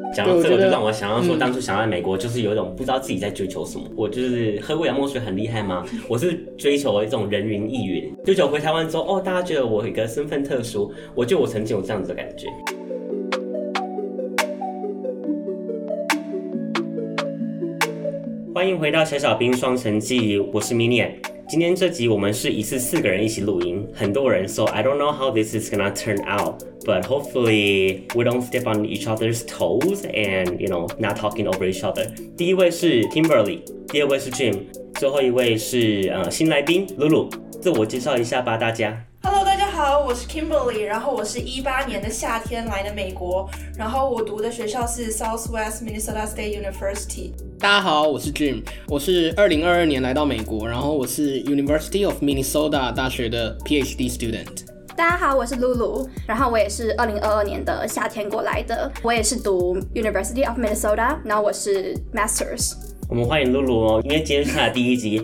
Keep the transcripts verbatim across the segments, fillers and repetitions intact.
讲到这个，就让我想到说，当初想到美国，就是有一种不知道自己在追求什么。我就是喝过洋墨水很厉害吗？我是追求一种人云亦云。就久回台湾之后，哦，大家觉得我有一个身份特殊，我觉得我曾经有这样子的感觉。欢迎回到小小兵双城记，我是 Minion。今天这集我们是一次四个人一起录音，很多人 ，so I don't know how this is gonna turn out, but hopefully we don't step on each other's toes and you know not talking over each other. 第一位是 Kimberly， 第二位是 Jim， 最后一位是呃新来宾 Lulu。自我介绍一下吧，大家。 Hello， 大家好，我是 Kimberly， 然后我是一八年的夏天来的美国，然后我读的学校是 Southwest Minnesota State University。 大家好，我是 Jim， 我是二零二二年来到美国，然后我是 University of Minnesota 大学的 PhD student。 大家好，我是露露，然后我也是二零二二年的夏天过来的，我也是读 University of Minnesota， 然后我是 Masters。 我们欢迎露露哦，因为今天是她的第一集。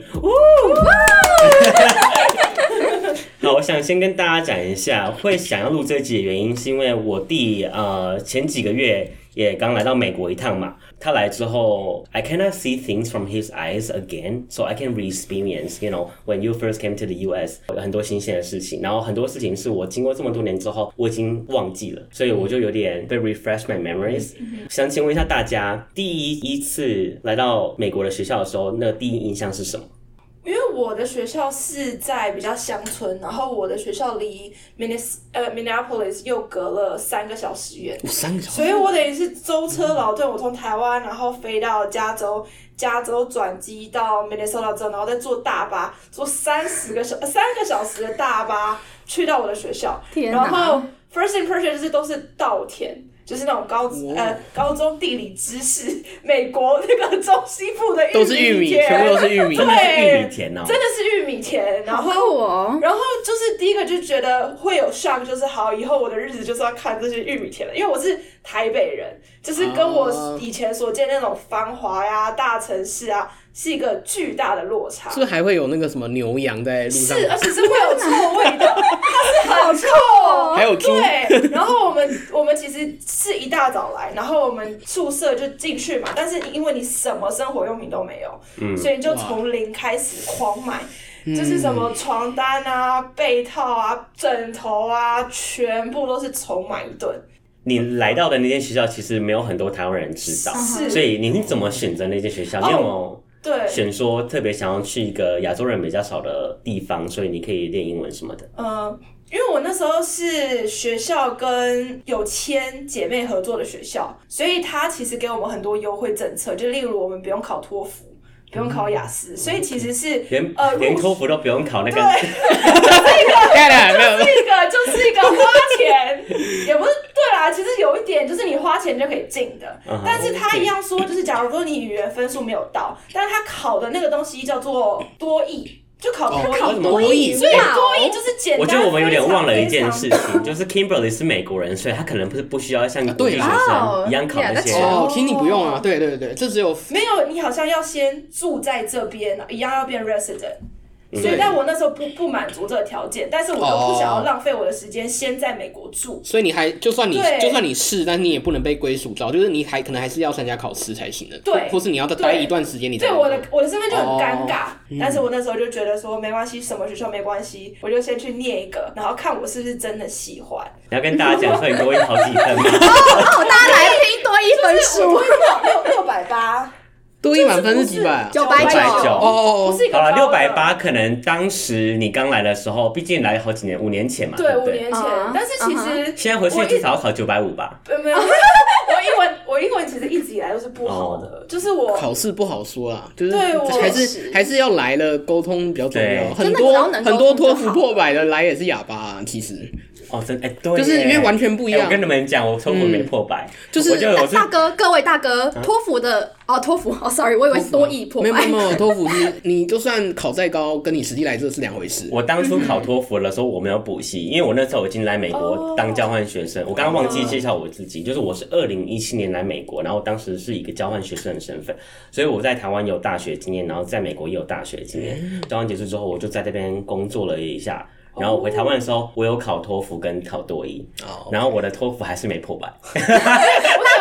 好，我想先跟大家讲一下，会想要录这集的原因，是因为我弟呃前几个月也刚来到美国一趟嘛。他来之后 I cannot see things from his eyes again, so I can re-experience, you know, when you first came to the U S 有很多新鲜的事情，然后很多事情是我经过这么多年之后我已经忘记了，所以我就有点被 refresh my memories。想请问一下大家，第一次来到美国的学校的时候，那第一印象是什么？ 因为我的学校是在比较乡村，然后我的学校离 Minnes 呃 Minneapolis 又隔了三个小时远， 三个小时， 所以我等于是舟车劳顿。我从台湾然后飞到加州，加州转机到 Minnesota 之后，然后再坐大巴，坐三十个小三个小时的大巴去到我的学校。 天哪！ 然后 first impression 就是都是稻田。就是那种高呃高中地理知识，美国那个中西部的玉米田都是玉米，全部都是玉米， 真的是玉米田哦， 真的是玉米田。然后， 好酷哦， 然后就是第一个就觉得会有 shock， 就是好，以后我的日子就是要看这些玉米田了，因为我是台北人，就是跟我以前所见那种繁华呀、大城市啊。是一个巨大的落差， 是不是还会有那个什么牛羊在路上？ 是，而且是会有臭味的，它是很臭， 还有猪。 对，然后我们我们其实是一大早来，然后我们宿舍就进去嘛，但是因为你什么生活用品都没有，嗯、所以你就从零开始狂买。就是什么床单啊、被套啊、枕头啊，全部都是重买一顿。 你来到的那间学校其实没有很多台湾人知道，所以你怎么选择那间学校？你有没有对选说特别想要去一个亚洲人比较少的地方，所以你可以练英文什么的？ 呃，因为我那时候是学校跟有签姐妹合作的学校，所以他其实给我们很多优惠政策，就例如我们不用考托福。不用考雅思，所以其实是连呃连托福都不用考那个。 对，这个就是一个就是一个花钱，也不是对啦。其实有一点就是你花钱就可以进的， uh-huh, 但是他一样说，就是假如说你语言分数没有到，但是他考的那个东西叫做多益。就考多益， 哦、多益， 所以多益就是简单。 我觉得我们有点忘了一件事情，就是 Kimberly 是美国人，所以他可能不是不需要像国际学生一样考那些。 哦，其实你不用啊，对对对，这只有没有，你好像要先住在这边，一样要变 resident。所以，但我那时候不不满足这个条件，但是我又不想要浪费我的时间先在美国住。 所以你还就算你就算你是，但你也不能被归属到，就是你还可能还是要参加考试才行的。 对， 或是你要待一段时间，你才对我的我的身份就很尴尬、 哦嗯。 但是我那时候就觉得说没关系，什么学校没关系，我就先去念一个，然后看我是不是真的喜欢。 你要跟大家讲说你多益好几分吗？ 哦，大家来听多益分数， 六六百八。 多益满分是几百啊？ 九百九。 哦， 不是一个好了，六百八可能当时你刚来的时候，毕竟来好几年，五年前嘛， 对， 对不对？ 五年前。Uh-huh. 但是其实现在回去至少要考九百五吧？ 没有，我英文我英文其实一直以来都是不好的，哦、就是我考试不好说啦，就是对我还是还是要来了，沟通比较重要。很多很多托福破百的来也是哑巴、啊，其实。 哦，真哎、欸，对， 就是因为完全不一样。 欸、我跟你们讲，我托福没破百、嗯， 就是我就我是大哥，各位大哥，托福的哦，托福哦 ，sorry， 我以为是多益破百。 没有没有，托福是你就算考再高，跟你实际来这是两回事。 我当初考托福的时候，我没有补习，因为我那时候已经来美国当交换学生。我刚刚忘记介绍我自己，就是我是二零一七年来美国，然后当时是一个交换学生的身份，所以我在台湾有大学经验，然后在美国也有大学经验。交换结束之后，我就在这边工作了一下。然后我回台湾的时候，我有考托福跟考多益， oh, okay. 然后我的托福还是没破百。 我想问，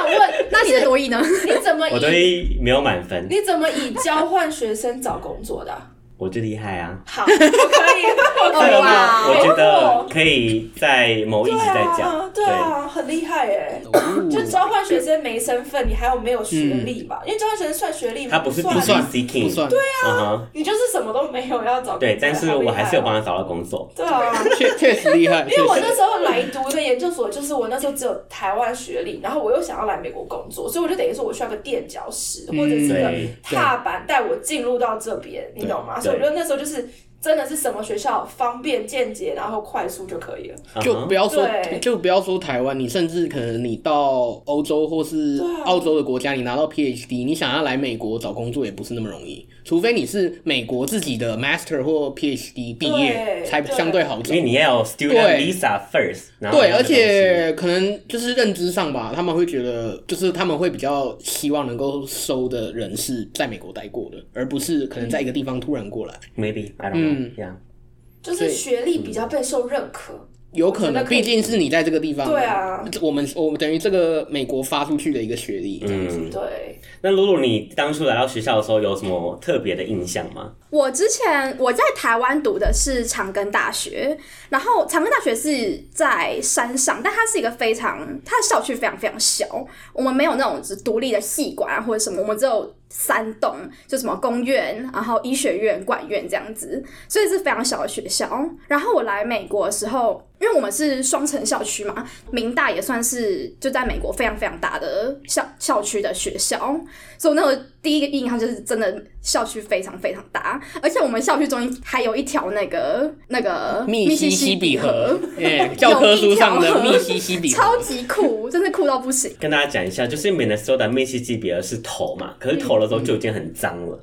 那你的多益呢？ 你怎么以我多益没有满分， 你怎么以交换学生找工作的、啊？ 我最厉害啊！ 好，我可以，我可以哦哇我觉得可以在某一集再讲。 对啊，对啊，很厉害哎！就交换学生没身份，你还有没有学历吧？因为交换学生算学历吗？ 他不是不 degree 算， seeking， 不算。 对啊， 嗯你就是什么都没有要找工作。 对，但是我还是有帮他。 他找到工作。 对啊， 确确实厉害。 因为我确实那时候来读的研究所，就是我那时候只有台湾学历，然后我又想要来美国工作，所以我就等于说我需要个垫脚石、或者是个对踏板带我进入到这边，你懂吗？所以我觉得那时候就是真的是什么学校方便便捷，然后快速就可以了。 就不要说对就不要说台湾，你甚至可能你到欧洲或是对啊澳洲的国家，你拿到 P H D， 你想要来美国找工作也不是那么容易，除非你是美国自己的 Master 或 P H D 毕业对才相对好找因为。你要有 student 对 visa first，然后对，而那个东西且可能就是认知上吧，他们会觉得，就是他们会比较希望能够收的人是在美国待过的，而不是可能在一个地方突然过来， maybe I don't 嗯 know，yeah， 就是学历比较备受认可。 有可能， 我觉得可以毕竟是你在这个地方， 对啊， 我们我们等于这个美国发出去的一个学历，这样子。 嗯。 对， 那露露，你当初来到学校的时候有什么特别的印象吗？ 我之前我在台湾读的是长庚大学，然后长庚大学是在山上，但它是一个非常，它的校区非常非常小，我们没有那种只独立的系馆啊或者什么，我们只有三栋，就什么公院，然后医学院、管院这样子，所以是非常小的学校。然后我来美国的时候，因为我们是双城校区嘛，明大也算是就在美国非常非常大的校校区的学校，所以我那个第一个印象就是真的校区非常非常大，而且我们校区中间还有一条那个那个密西西比河，哎， 有教科书一条上的河密西西比河， 超级酷，真是酷到不行。 跟大家讲一下，就是 Minnesota 密西西比河是头嘛，可是头的时候就已经很脏了，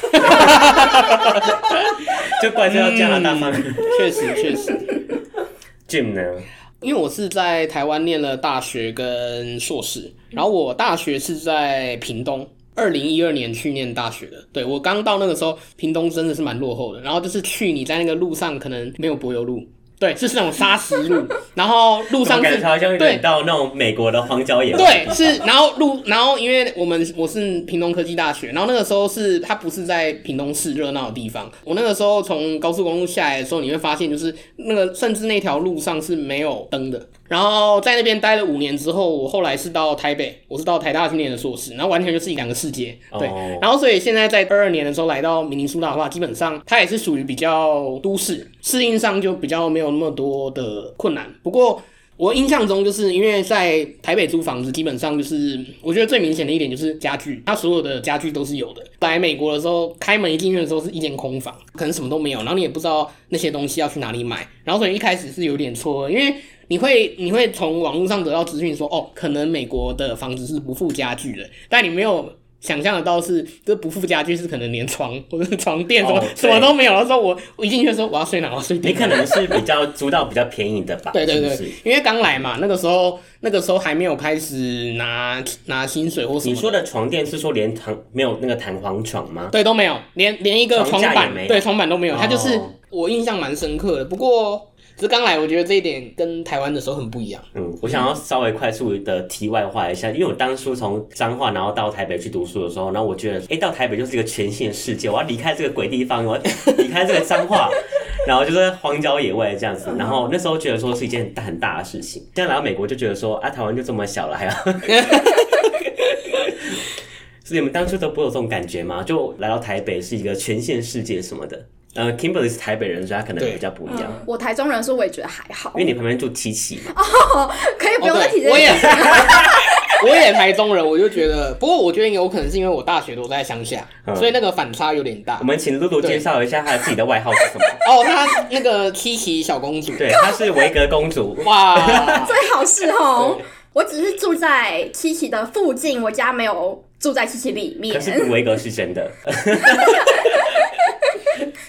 就怪罪到加拿大方面。 确实确实。 Jim 呢？ 因为我是在台湾念了大学跟硕士，然后我大学是在屏东，二零一二年去念大学的。对，我刚到那个时候，屏东真的是蛮落后的。然后就是去你在那个路上可能没有柏油路，对，是那种砂石路，然后路上是我感觉好像有对点到那种美国的荒郊野外。 对，是，然后路，然后因为我们我是屏东科技大学，然后那个时候是它不是在屏东市热闹的地方。我那个时候从高速公路下来的时候，你会发现就是那个甚至那条路上是没有灯的。然后在那边待了五年之后，我后来是到台北，我是到台大去念的硕士，然后完全就是两个世界。对， 哦然后所以现在在二二年的时候来到明尼苏达的话，基本上它也是属于比较都市，适应上就比较没有那么多的困难。不过我印象中，就是因为在台北租房子，基本上就是我觉得最明显的一点就是家具，它所有的家具都是有的。来美国的时候，开门一进去的时候是一间空房，可能什么都没有，然后你也不知道那些东西要去哪里买，然后所以一开始是有点错愕，因为你会你会从网络上得到资讯说，哦，可能美国的房子是不附家具的，但你没有想象得到是这不附家具是可能连床或者是床垫什么、 哦什么都没有。然后说我我一进去的时候我要睡哪？我要睡地你可能是比较租到比较便宜的吧？ 对对对， 是不是因为刚来嘛，那个时候那个时候还没有开始拿拿薪水或什么。 你说的床垫是说连弹没有那个弹簧床吗？ 对都没有，连连一个床板床架也没有对床板都没有， 哦它就是我印象蛮深刻的。不过只是刚来，我觉得这一点跟台湾的时候很不一样。 嗯，我想要稍微快速的题外话一下，因为我当初从彰化然后到台北去读书的时候，然后我觉得，哎，到台北就是一个全新的世界，我要离开这个鬼地方，我要离开这个彰化，然后就是荒郊野外这样子。然后那时候觉得说是一件很大很大的事情，现在来到美国就觉得说，啊，台湾就这么小了，还要。所以你们当初都不会有这种感觉吗？就来到台北是一个全新世界什么的。呃 ，Kimberly 是台北人，所以他可能比较不一样。 我台中人，所以我也觉得还好因。为你旁边住七期嘛。 哦，可以不用再提这哦、对我也件事。 我也台中人，我就觉得，不过我觉得有可能是因为我大学都在乡下， 嗯所以那个反差有点大我。们请露露介绍一下她自己的外号是什么。 哦，她那个 Kiki 小公主， 对，她是维格公主。 哇， 最好是哦，我只是住在七期的附近，我家没有住在七期里面可。是维格是真的。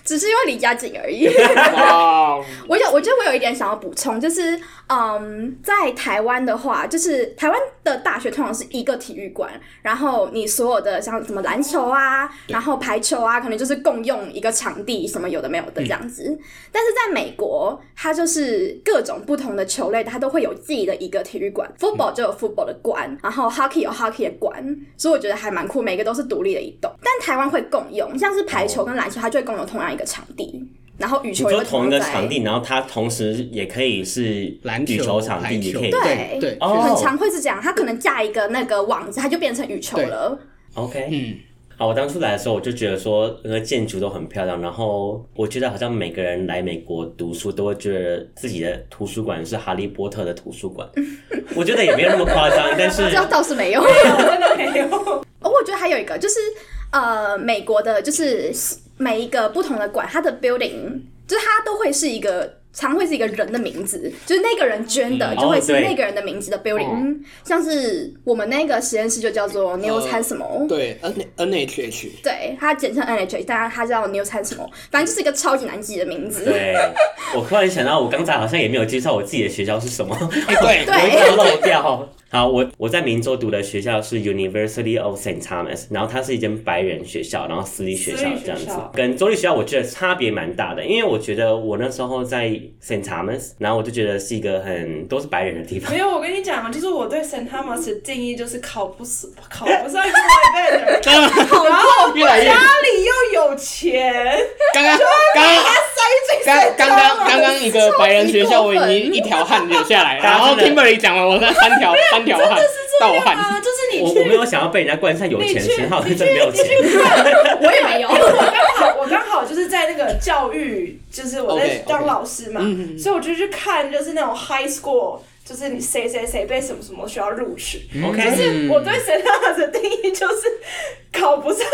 只是因为离家近而已。 哇， 我有，我觉得我有一点想要补充，就是嗯，在台湾的话，就是台湾的大学通常是一个体育馆，然后你所有的像什么篮球啊，然后排球啊，可能就是共用一个场地，什么有的没有的这样子。嗯、但是在美国，它就是各种不同的球类，它都会有自己的一个体育馆。football 就有 football 的馆，然后 hockey 有 hockey 的馆，所以我觉得还蛮酷，每个都是独立的一栋。但台湾会共用，像是排球跟篮球，它就会共用同样一个场地。然后羽球也会同一个场地，然后它同时也可以是篮球羽球场地，也可以对对， 哦， 很常会是这样，它可能架一个那个网子，它就变成羽球了。 OK， 嗯。 好，我当初来的时候，我就觉得说那个建筑都很漂亮，然后我觉得好像每个人来美国读书都会觉得自己的图书馆是哈利波特的图书馆，我觉得也没有那么夸张，但是这倒是没有， 真的没有。 哦，我觉得还有一个就是呃，美国的就是每一个不同的馆，它的 building 就是它都会是一个。常会是一个人的名字，就是那个人捐的，就会是那个人的名字的 building、哦。像是我们那个实验室就叫做 Niels Hansmo，、呃、 对 ，N N H H， 对， 它简称 N H H， 但它叫 Niels Hansmo， 反正就是一个超级难记的名字。 对，我突然想到，我刚才好像也没有介绍我自己的学校是什么， 欸、对， 对， 我一直漏掉。好，我我在明州读的学校是 University of Saint Thomas， 然后它是一间白人学校，然后私立学校这样子，跟州立学校我觉得差别蛮大的，因为我觉得我那时候在 Saint Thomas， 然后我就觉得是一个很都是白人的地方。 没有，我跟你讲，就是我对 Saint Thomas 的定义就是考不死，考不上 U of M 的人，然后越来越家里又有钱， 刚刚刚刚刚刚刚刚一个白人学校，我已经一条汗流下来了，然后 Kimberly 讲完，我那三条三条汗到我汗。 就是你我我没有想要被人家冠上有钱称号，真的没有钱。 我也没有， 我刚好我刚好就是在那个教育，就是我在当老师嘛， okay, okay. 所以我就去看就是那种 high school。就是你谁谁谁被什么什么学校录取 ，OK， 就是我对 Saint Thomas 的定义就是考不上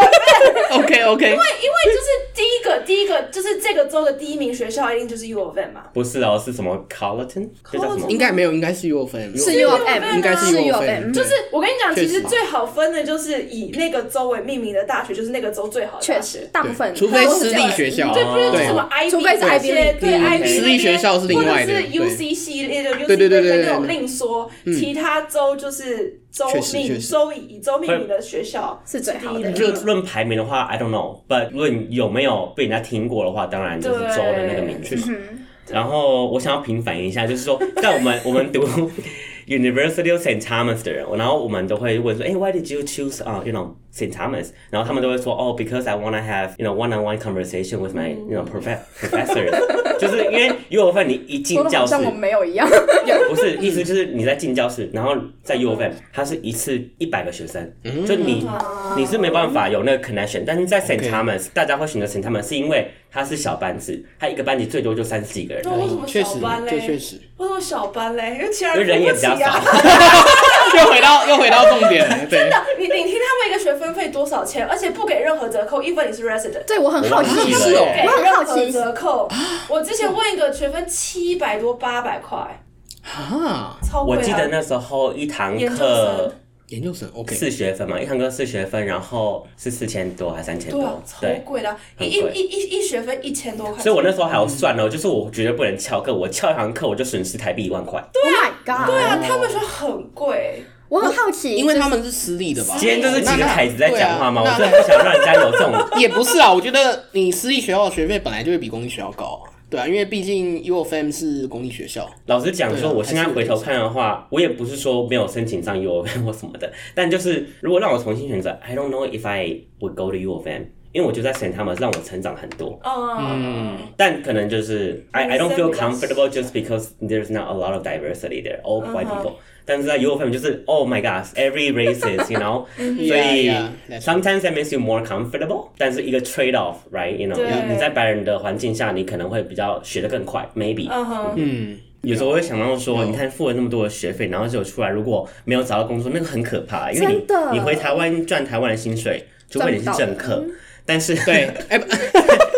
，OK OK， 因为因为就是第一个第一个就是这个州的第一名学校一定就是 U of M 嘛， 不是哦，是什么 Carleton， 这叫什么？ 应该没有，应该是 U of M， 是 U of M， 应该是 U of M， 就是我跟你讲，其实最好分的就是以那个州为命名的大学，就是那个州最好的大学， 大部分， 除非私立学校， 对，不是什么 I B， 除非是 I B， 对 I B， 私立学校是另外的， 或者是 U C 系列的 U C 对对对那种另说，其他州就是州命州以州命名的学校是最好的。 就论排名的话 ，I don't know，but 论有没有被人家听过的话，当然就是州的那个名字。然后我想要平反一下，就是说，在我们我们读 University of Saint Thomas 的人，然后我们都会问说，哎、欸、，Why did you choose 啊、uh, ，you know Saint Thomas？ 然后他们都会说，哦、oh, ，because I wanna have you know one-on-one conversation with my you know professors， 就是因为 U of M 你一进教室， 像我没有一样， 不是意思就是你在进教室，然后在 U of M 它是一次一百个学生，嗯、就你你是没办法有那个 connection， 但是在 Saint Thomas， 大家会选择 Saint Thomas 是因为它是小班制，它一个班级最多就三十几个人。 那为什么小班嘞？ 这确实。 为什么小班嘞？因为其他人也比较少。 又回到又回到重点了， 真的，你你听他们一个学分费多少钱，而且不给任何折扣 ，even 你是 resident。 对，我很好奇， 是哦， 我很好奇折扣。我之前问一个学分七百多，八百块， 啊， 超贵。 我记得那时候一堂课。 研究生 OK 四学分嘛，一堂课四学分，然后是四千多还是三千多？ 对、啊，超贵的、啊，一一一一学分一千多块。 所以我那时候还有算哦，就是我绝对不能翘课，我翘一堂课我就损失台币一万块。 对啊 ，Oh my god！ 对啊，他们说很贵。 我很好奇， 因为他们是私立的吧？ 今天就是几个凯子在讲话嘛，我真的不想让人家有这种。 也不是啊，我觉得你私立学校的学费本来就会比公立学校高。对啊，因为毕竟 U of M 是公立学校。 老实讲说，我现在回头看的话，我也不是说没有申请上 U of M 或什么的，但就是如果让我重新选择 ，I don't know if I would go to U of M， 因为我觉得在 Saint Thomas 让我成长很多。嗯，但可能就是 I I don't feel comfortable just because there's not a lot of diversity there, all white people. 但是在 U of M 就是 Oh my gosh, every races, you know， 所以 sometimes that makes you more comfortable， 但是一个 trade off, right? You know， 你在白人的环境下，你可能会比较学得更快 ，maybe。嗯，有时候我会想到说，你看付了那么多的学费，然后结果出来如果没有找到工作，那个很可怕，因为你你回台湾赚台湾的薪水，除非你是政客。但是对，哎不，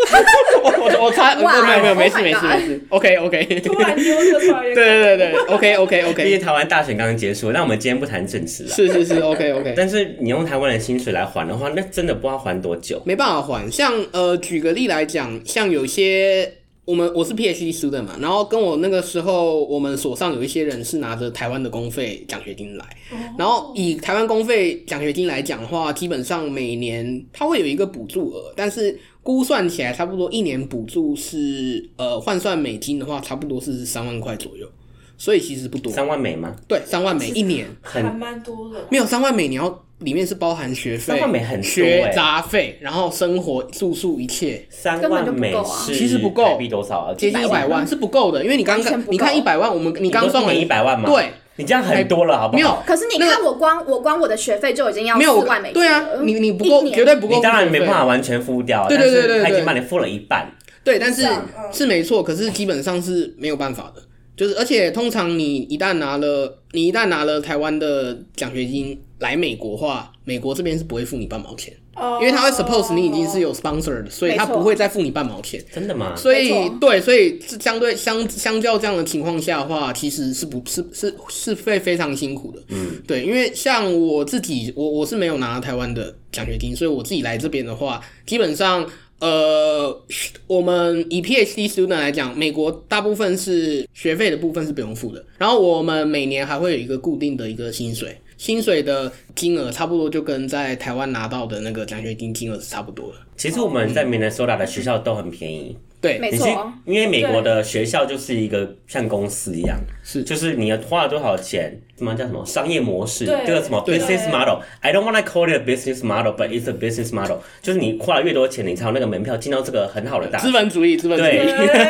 我我我猜，没有没有没事没事没事 ，OK OK。 突然丢这个突然对对对对 ，OK OK 毕 OK。 竟台湾大选刚刚结束，那我们今天不谈政治了。 是是是 OK OK。 但是你用台湾的薪水来还的话，那真的不知道还多久。 没办法还。像呃，举个例来讲，像有些我们我是 PhD student 嘛，然后跟我那个时候我们所上有一些人是拿着台湾的公费奖学金来，然后以台湾公费奖学金来讲的话，基本上每年它会有一个补助额，但是估算起来差不多一年补助是呃换算美金的话，差不多是三万块左右。所以其实不多， 三万美吗？ 对，三万美一年， 还蛮多的。 没有三万美，你要里面是包含学费， 三万美很多、欸， 学杂费，然后生活住宿一切， 三万美是其实不够， 台币多少啊？ 接近一百万是不够的，因为你刚刚你看一百万，我们你刚算完一百万嘛， 对。 你这样很多了，好不好？ 没有， 可是你看我光我光我的学费就已经要四万美金了。 对啊，你你不够，绝对不够。 你当然没办法完全付掉， 对对对对， 他已经帮你付了一半。 对，但是是没错，可是基本上是没有办法的。就是，而且通常你一旦拿了，你一旦拿了台湾的奖学金来美国话，美国这边是不会付你半毛钱，因为他会 suppose 你已经是有 sponsor 的，所以他不会再付你半毛钱。 真的吗？ 所以对，所以相对相相较这样的情况下的话，其实是不是是是会非常辛苦的。嗯，对，因为像我自己，我我是没有拿台湾的奖学金，所以我自己来这边的话，基本上。呃，我们以 PhD student 来讲，美国大部分是学费的部分是不用付的，然后我们每年还会有一个固定的一个薪水，薪水的金额差不多就跟在台湾拿到的那个奖学金金额是差不多的。 其实我们在 Minnesota 的学校都很便宜。 对， 没错， 因为美国的学校就是一个像公司一样， 是就是你花了多少钱，什么叫什么商业模式，这个什么 business model。I don't want to call it a business model, but it's a business model。就是你花了越多钱，你才有那个门票进到这个很好的大学。 资本主义，资本主义，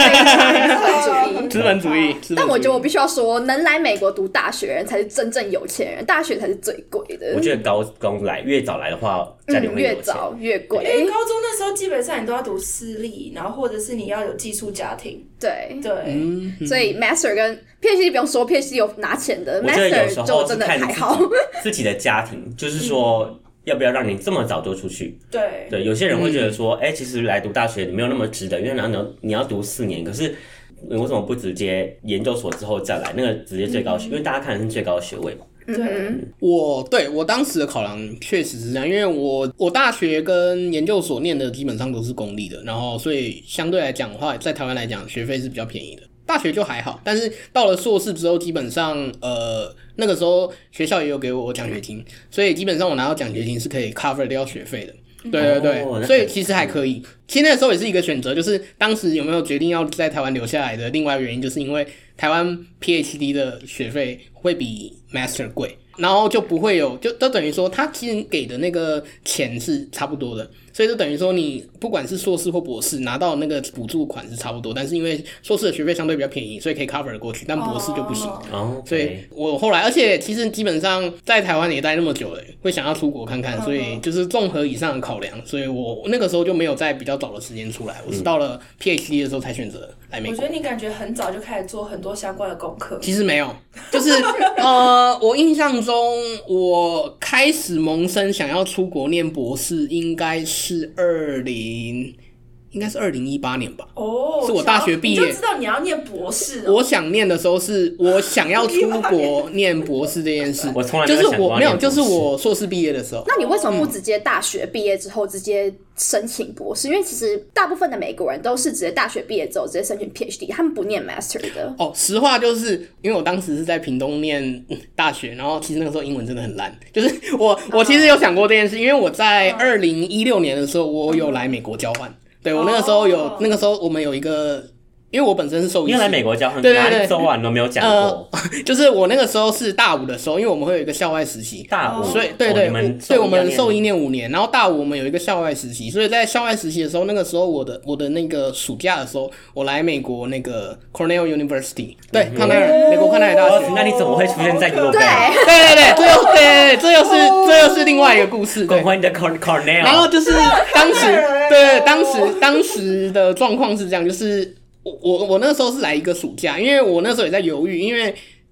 资本主义。 但我觉得我必须要说，能来美国读大学人才是真正有钱人，大学才是最贵的。 我觉得高中来越早来的话，家里会有钱， 嗯、越早越贵。 因为高中那时候基本上你都要读私立，然后或者是你要有寄宿家庭。 对对、 嗯， 所以 master 跟 PhD 不用说 ，PhD 有拿钱的 ，master 就真的还好。 自己的家庭就是说。要不要让你这么早就出去？ 对对，有些人会觉得说，哎、嗯欸，其实来读大学没有那么值得，因为你要你要读四年，可是你为什么不直接研究所之后再来？那个直接最高学，嗯、因为大家看的是最高学位嘛。 对， 我对我当时的考量确实是这样，因为我我大学跟研究所念的基本上都是公立的，然后所以相对来讲的话，在台湾来讲学费是比较便宜的。大学就还好，但是到了硕士之后，基本上呃那个时候学校也有给我奖学金，所以基本上我拿到奖学金是可以 cover 掉学费的。对对对，哦、所以其实还可以。其实那个时候也是一个选择，就是当时有没有决定要在台湾留下来的另外一个原因，就是因为台湾 PhD 的学费会比 Master 贵，然后就不会有，就都等于说他其实给的那个钱是差不多的，所以就等于说你不管是硕士或博士拿到那个补助款是差不多，但是因为硕士的学费相对比较便宜，所以可以 cover 过去，但博士就不行。 哦， 所以我后来，而且其实基本上在台湾也待那么久了，会想要出国看看，所以就是综合以上的考量，所以我那个时候就没有在比较早的时间出来，我是到了 PhD 的时候才选择来美国。 我觉得你感觉很早就开始做很多相关的功课。 其实没有，就是呃，我印象中我开始萌生想要出国念博士，应该是二零。应该是二零一八年吧， 哦， 是我大学毕业， 你就知道你要念博士、哦。 我想念的时候是我想要出国念博士这件事， 我从来没有想过就是我没有，就是我硕士毕业的时候。 那你为什么不直接大学毕业之后直接申请博士？因为其实大部分的美国人都是直接大学毕业之后直接申请 PhD， 他们不念 Master 的。 哦，实话就是因为我当时是在屏东念大学，然后其实那个时候英文真的很烂，就是我我其实有想过这件事，因为我在二零一六年的时候我有来美国交换。对，我那个时候有， oh. 那个时候我们有一个，因为我本身是兽医师， 因为来美国交换， 对对对， 哪一周啊你都没有讲过、 呃。就是我那个时候是大五的时候，因为我们会有一个校外实习， 大五， 所以对对， 哦、我对我们兽医念五年，然后大五我们有一个校外实习，所以在校外实习的时候，那个时候我的我的那个暑假的时候，我来美国那个 Cornell University， 对，康奈尔，美国康奈尔大学。 那你怎么会出现在 Google？ 对对对对，这又对，这又是这又是另外一个故事。 关于你的 Cornell， 然后就是当时对当时当时的状况是这样，就是。我我我那时候是来一个暑假，因为我那时候也在犹豫，因为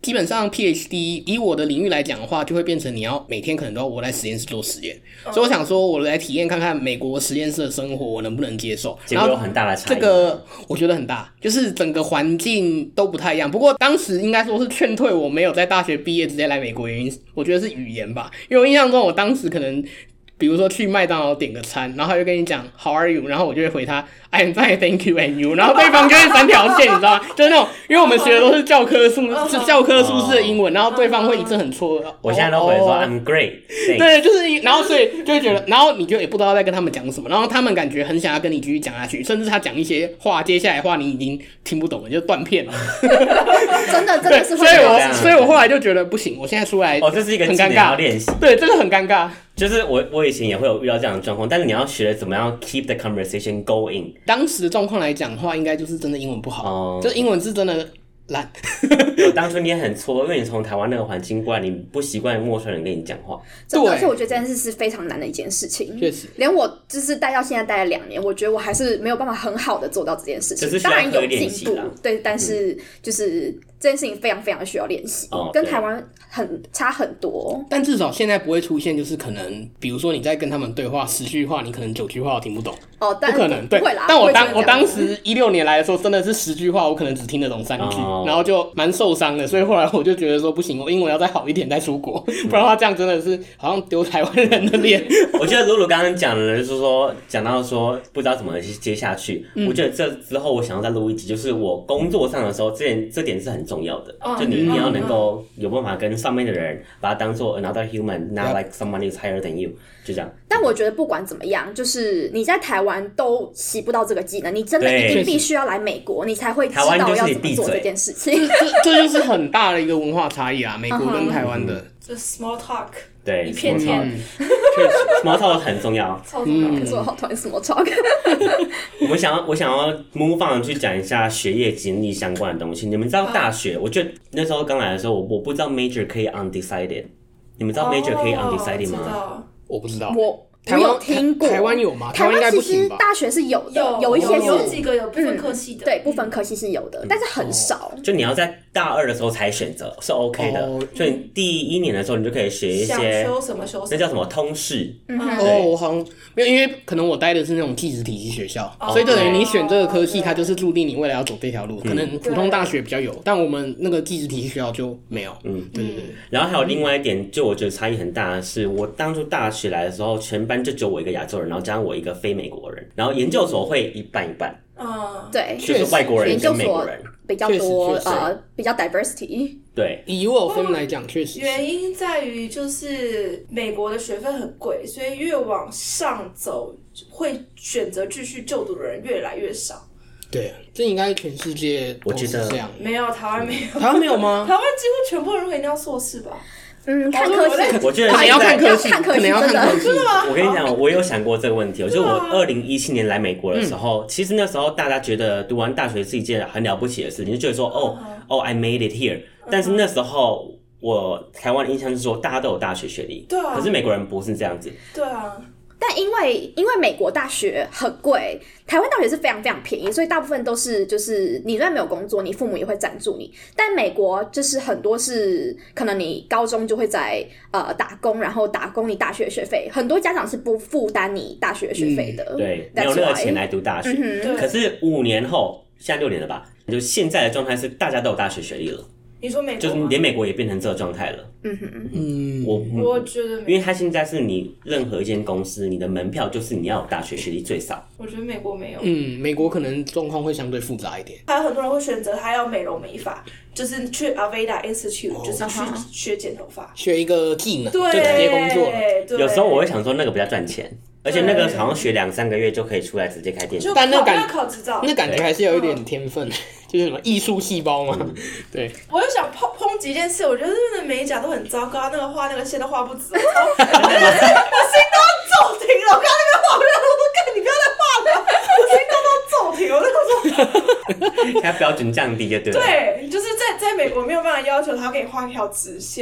基本上 PhD 以我的领域来讲的话，就会变成你要每天可能都要窝在实验室做实验，嗯、所以我想说，我来体验看看美国实验室的生活，我能不能接受。 结果有很大的差异。 这个我觉得很大，就是整个环境都不太一样。不过当时应该说是劝退我没有在大学毕业直接来美国原因，我觉得是语言吧，因为我印象中我当时可能。比如说去麦当劳点个餐，然后他就跟你讲 How are you， 然后我就会回他 I'm fine, thank you and you， 然后对方就会三条线，你知道吗？就是那种，因为我们学的都是教科书，是教科书式的英文，然后对方会一阵很错愕。 我现在都会说 I'm great， 对，就是，然后所以就会觉得，然后你就也不知道在跟他们讲什么，然后他们感觉很想要跟你继续讲下去，甚至他讲一些话，接下来的话你已经听不懂了，就断片了。 真的真的是会所以我所以我后来就觉得不行，我现在出来哦，这是一个很尴尬练习， 对，这个很尴尬。 就是我我以前也会有遇到这样的状况，但是你要学怎么样 keep the conversation going。 当时的状况来讲的话，应该就是真的英文不好， 哦、 就英文是真的烂。 我当初你也很错，因为你从台湾那个环境过来，你不习惯陌生人跟你讲话。 真的，而且我觉得这件事是非常难的一件事情。 确实， 连我就是待到现在待了两年，我觉得我还是没有办法很好的做到这件事情。当然有进步，对，但是就是这件事情非常非常需要练习， 哦、 跟台湾很差很多。 但至少现在不会出现，就是可能，比如说你在跟他们对话十句话，你可能九句话我听不懂。 哦，但不可能，对。 不会啦但我当我当时一六年来的时候，真的是十句话，我可能只听得懂三句，哦、然后就蛮受伤的。所以后来我就觉得说，不行，我英文要再好一点再出国，不然的话这样真的是好像丢台湾人的脸。 我觉得露露刚刚讲的，就是说讲到说不知道怎么接下去，嗯、我觉得这之后我想要再录一集，就是我工作上的时候，这点这点是很重要的，嗯、就你一定要能够有办法跟上面的人把它当做 another human，not like someone is higher than you， 就这样。 但我觉得不管怎么样，就是你在台湾都习不到这个技能，你真的一定必须要来美国，你才会知道要怎么做这件事情。 这这就是很大的一个文化差异啊，美国跟台湾的。 就 small talk， 对， 一片天。 确实 ，small talk 很重要， 超重要。 可是我好讨厌 small talk。 我们想要，我想要 move on 去讲一下学业经历相关的东西。你们知道大学？我觉得那时候刚来的时候，我我不知道 major 可以 undecided。你们知道 major 可以 undecided 吗？ 哦、 我不知道。 我。 台湾有听过， 台湾有吗？台湾应该不行吧？ 大学是有的， 有有一些有几个有部分科系的， 嗯、对，部分科系是有的，嗯、但是很少。 就你要在大二的时候才选择是 OK 的，哦、所以第一年的时候你就可以学一些想修什么修什么， 那叫什么通识。 嗯、 哦，我好像没有，因为可能我待的是那种技职体系学校，哦、所以就等于你选这个科系，它就是注定你未来要走这条路。可能普通大学比较有，但我们那个技职体系学校就没有。嗯，对对对。 然后还有另外一点，就我觉得差异很大的是，我当初大学来的时候，全班就只有我一个亚洲人，然后加上我一个非美国人，然后研究所会一半一半。 嗯，对， 就是外国人跟美国人比较多，呃，比较 diversity。 对， 以我分来讲，确实原因在于就是美国的学费很贵，所以越往上走，会选择继续就读的人越来越少。 对，这应该全世界都是这样。 没有，台湾没有。 台湾没有吗？ 台湾几乎全部人会一定要硕士吧？ 嗯，看科系， 我觉得可能要看科系， 可能要看科系。 我跟你讲，我有想过这个问题。就是我二零一七年来美国的时候，嗯、其实那时候大家觉得读完大学是一件很了不起的事情，就觉得说，哦，哦 ，I made it here。但是那时候我台湾的印象是说，大家都有大学学历， 对啊。 可是美国人不是这样子， 对啊。 但因为因为美国大学很贵，台湾大学是非常非常便宜，所以大部分都是就是你虽然没有工作，你父母也会赞助你。但美国就是很多是可能你高中就会在呃打工，然后打工你大学学费，很多家长是不负担你大学学费的、 嗯，对，没有那个钱来读大学。嗯、可是五年后，现在六年了吧？就现在的状态是大家都有大学学历了。 你说美国就是连美国也变成这个状态了。 嗯哼嗯， 我我觉得， 因为他现在是你任何一间公司，你的门票就是你要有大学学历最少。 我觉得美国没有。 嗯，美国可能状况会相对复杂一点。 还有很多人会选择他要美容美发，就是去 Aveda Institute，、哦、就是去学剪头发， 学一个技能， 对， 就直接工作了。 有时候我会想说那个比较赚钱。而且那个好像学两三个月就可以出来直接开店， 但那感考执照， 那感觉还是有一点天分，就是什么艺术细胞嘛。嗯、对。 我就想抨抨击一件事，我觉得日本的美甲都很糟糕，那个画那个线都画不直，我我心都要骤停了。我看那边画，我就说：“干，你不要再画了！”我心都都骤停，我就说：“ 他标准降低就对了。” 对，就是在在美国没有办法要求他给你画一条直线。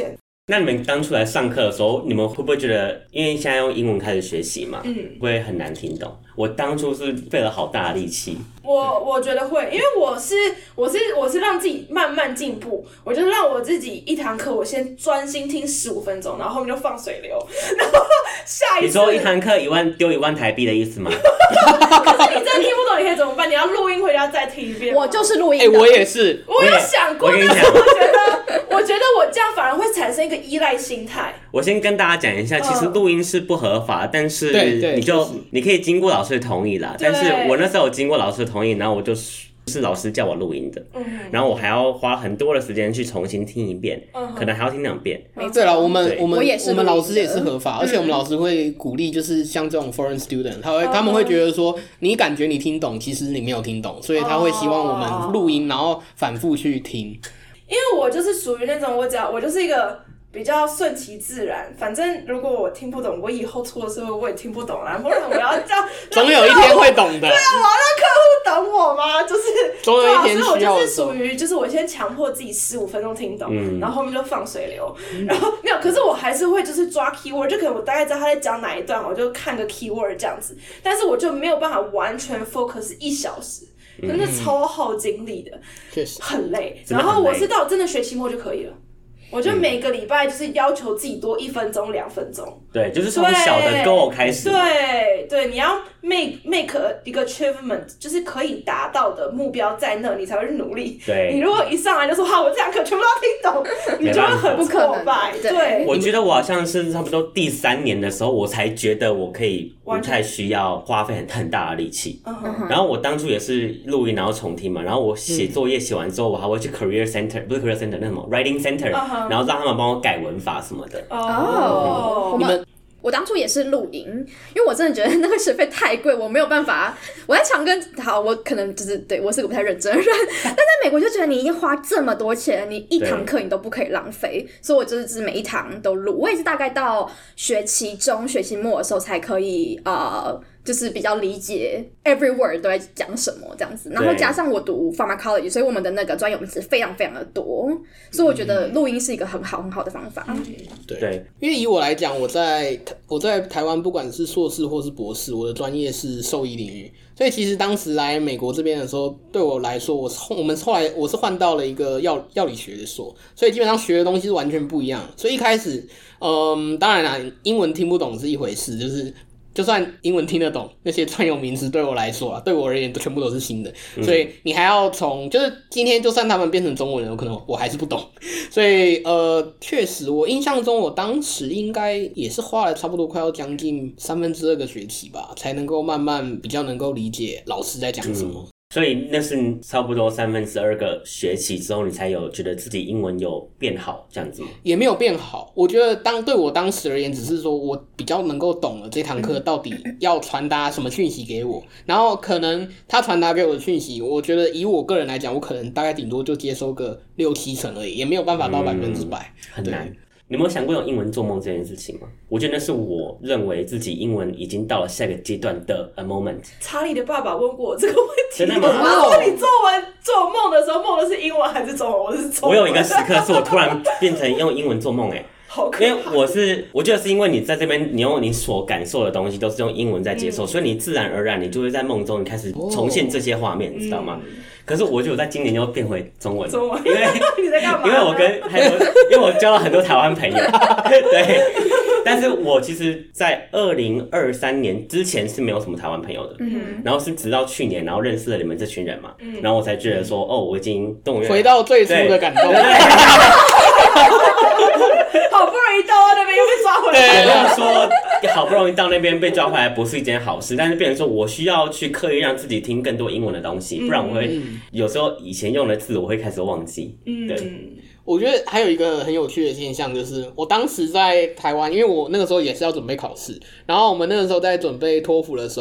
那你们当初来上课的时候，你们会不会觉得，因为现在用英文开始学习嘛，嗯，会不会很难听懂？我当初是费了好大的力气。 我我觉得会，因为我是我是我是让自己慢慢进步，我就是让我自己一堂课我先专心听十五分钟，然后后面就放水流，然后下一次。 你说一堂课一万丢一万台币的意思吗？ 可是你真的听不懂，你可以怎么办？你要录音回家再听一遍。 我就是录音的。哎、欸，我也是。 我有想过， 我跟你讲， 我觉得我觉得我这样反而会产生一个依赖心态。 我先跟大家讲一下，其实录音是不合法，但是你就你可以经过老师的同意啦。但是我那时候有经过老师的同意，然后我就是是老师叫我录音的，嗯、然后我还要花很多的时间去重新听一遍，嗯、可能还要听两遍。 对了，我们我们我, 我们老师也是合法，而且我们老师会鼓励，就是像这种 foreign student， 他会、嗯、他们会觉得说，你感觉你听懂，其实你没有听懂，所以他会希望我们录音，然后反复去听。 因为我就是属于那种，我只要我就是一个比较顺其自然，反正如果我听不懂，我以后出了社会我也听不懂啦，不然我要这样， 总有一天会懂的。 对啊，我要让客户懂我吗？就是总有一天需要的。 所以我就是属于，就是我先强迫自己十五分钟听懂，嗯、然后后面就放水流，嗯、然后没有，可是我还是会就是抓 keyword， 就可能我大概知道他在讲哪一段，我就看个 keyword 这样子，但是我就没有办法完全 focus 一小时。真的超耗精力的， 确实很累。然后我是到真的学期末就可以了，我就每个礼拜就是要求自己多一分钟、两分钟。 对，就是从小的 goal 开始。 对对，你要 make make 一个 achievement， 就是可以达到的目标在那，你才会去努力。 对， 你如果一上来就说好，我这堂课全部都要听懂，你就会很不挫败。对， 我觉得我好像是差不多第三年的时候，我才觉得我可以不太需要花费很很大的力气。Uh-huh. 然后我当初也是录音，然后重听嘛。然后我写作业写完之后，我还会去 career center， 不是 career center， 那什么 writing center，uh-huh. 然后让他们帮我改文法什么的。 哦、 oh, 嗯，你们。我当初也是录音，因为我真的觉得那个学费太贵，我没有办法。我在长庚，好，我可能就是对我是个不太认真的人，但在美国就觉得你已经花这么多钱，你一堂课你都不可以浪费，所以我就是每一堂都录。我也是大概到学期中、学期末的时候才可以呃。就是比较理解 every word 都在讲什么这样子，然后加上我读 pharmacology， 所以我们的那个专有名词非常非常的多，所以我觉得录音是一个很好很好的方法。嗯、 对, 对，因为以我来讲，我在我在台湾不管是硕士或是博士，我的专业是兽医领域，所以其实当时来美国这边的时候，对我来说，我是我们后来我是换到了一个药药理学的所，所以基本上学的东西是完全不一样。所以一开始，嗯，当然啦，英文听不懂是一回事，就是。就算英文听得懂，那些专有名词对我来说啊，对我而言都全部都是新的，嗯、所以你还要从就是今天就算他们变成中文了，有可能我还是不懂，所以呃，确实我印象中我当时应该也是花了差不多快要将近三分之二个学期吧，才能够慢慢比较能够理解老师在讲什么。嗯所以那是差不多三分之二个学期之后，你才有觉得自己英文有变好这样子吗？ 也没有变好，我觉得当对我当时而言，只是说我比较能够懂了这堂课到底要传达什么讯息给我，然后可能他传达给我的讯息，我觉得以我个人来讲，我可能大概顶多就接收个六七成而已，也没有办法到百分之百， 很难。你有没有想过用英文做梦这件事情吗？我觉得那是我认为自己英文已经到了下一个阶段的 a moment。 查理的爸爸问过我这个问题， 真的吗？ 他说你做完做梦的时候，梦的是英文还是中文？我是中文。 我有一个时刻是我突然变成用英文做梦，哎， 好可怕。 因为我是我觉得是因为你在这边，你用你所感受的东西都是用英文在接受，嗯、所以你自然而然你就会在梦中你开始重现这些画面，你、哦、知道吗？嗯可是我觉得我在今年就变回中文了， 中文， 因为你在干嘛？ 因为我跟还有，因为我交了很多台湾朋友，对。但是我其实，在二零二三年之前是没有什么台湾朋友的，嗯，然后是直到去年，然后认识了你们这群人嘛，嗯，然后我才觉得说，哦，我已经动员回到最初的感动。 好不容易到那边又被抓回来， 也不是说好不容易到那边被抓回来不是一件好事，但是变成说我需要去刻意让自己听更多英文的东西，不然我会有时候以前用的字我会开始忘记。嗯，对。 我觉得还有一个很有趣的现象，就是我当时在台湾，因为我那个时候也是要准备考试，然后我们那个时候在准备托福的时候，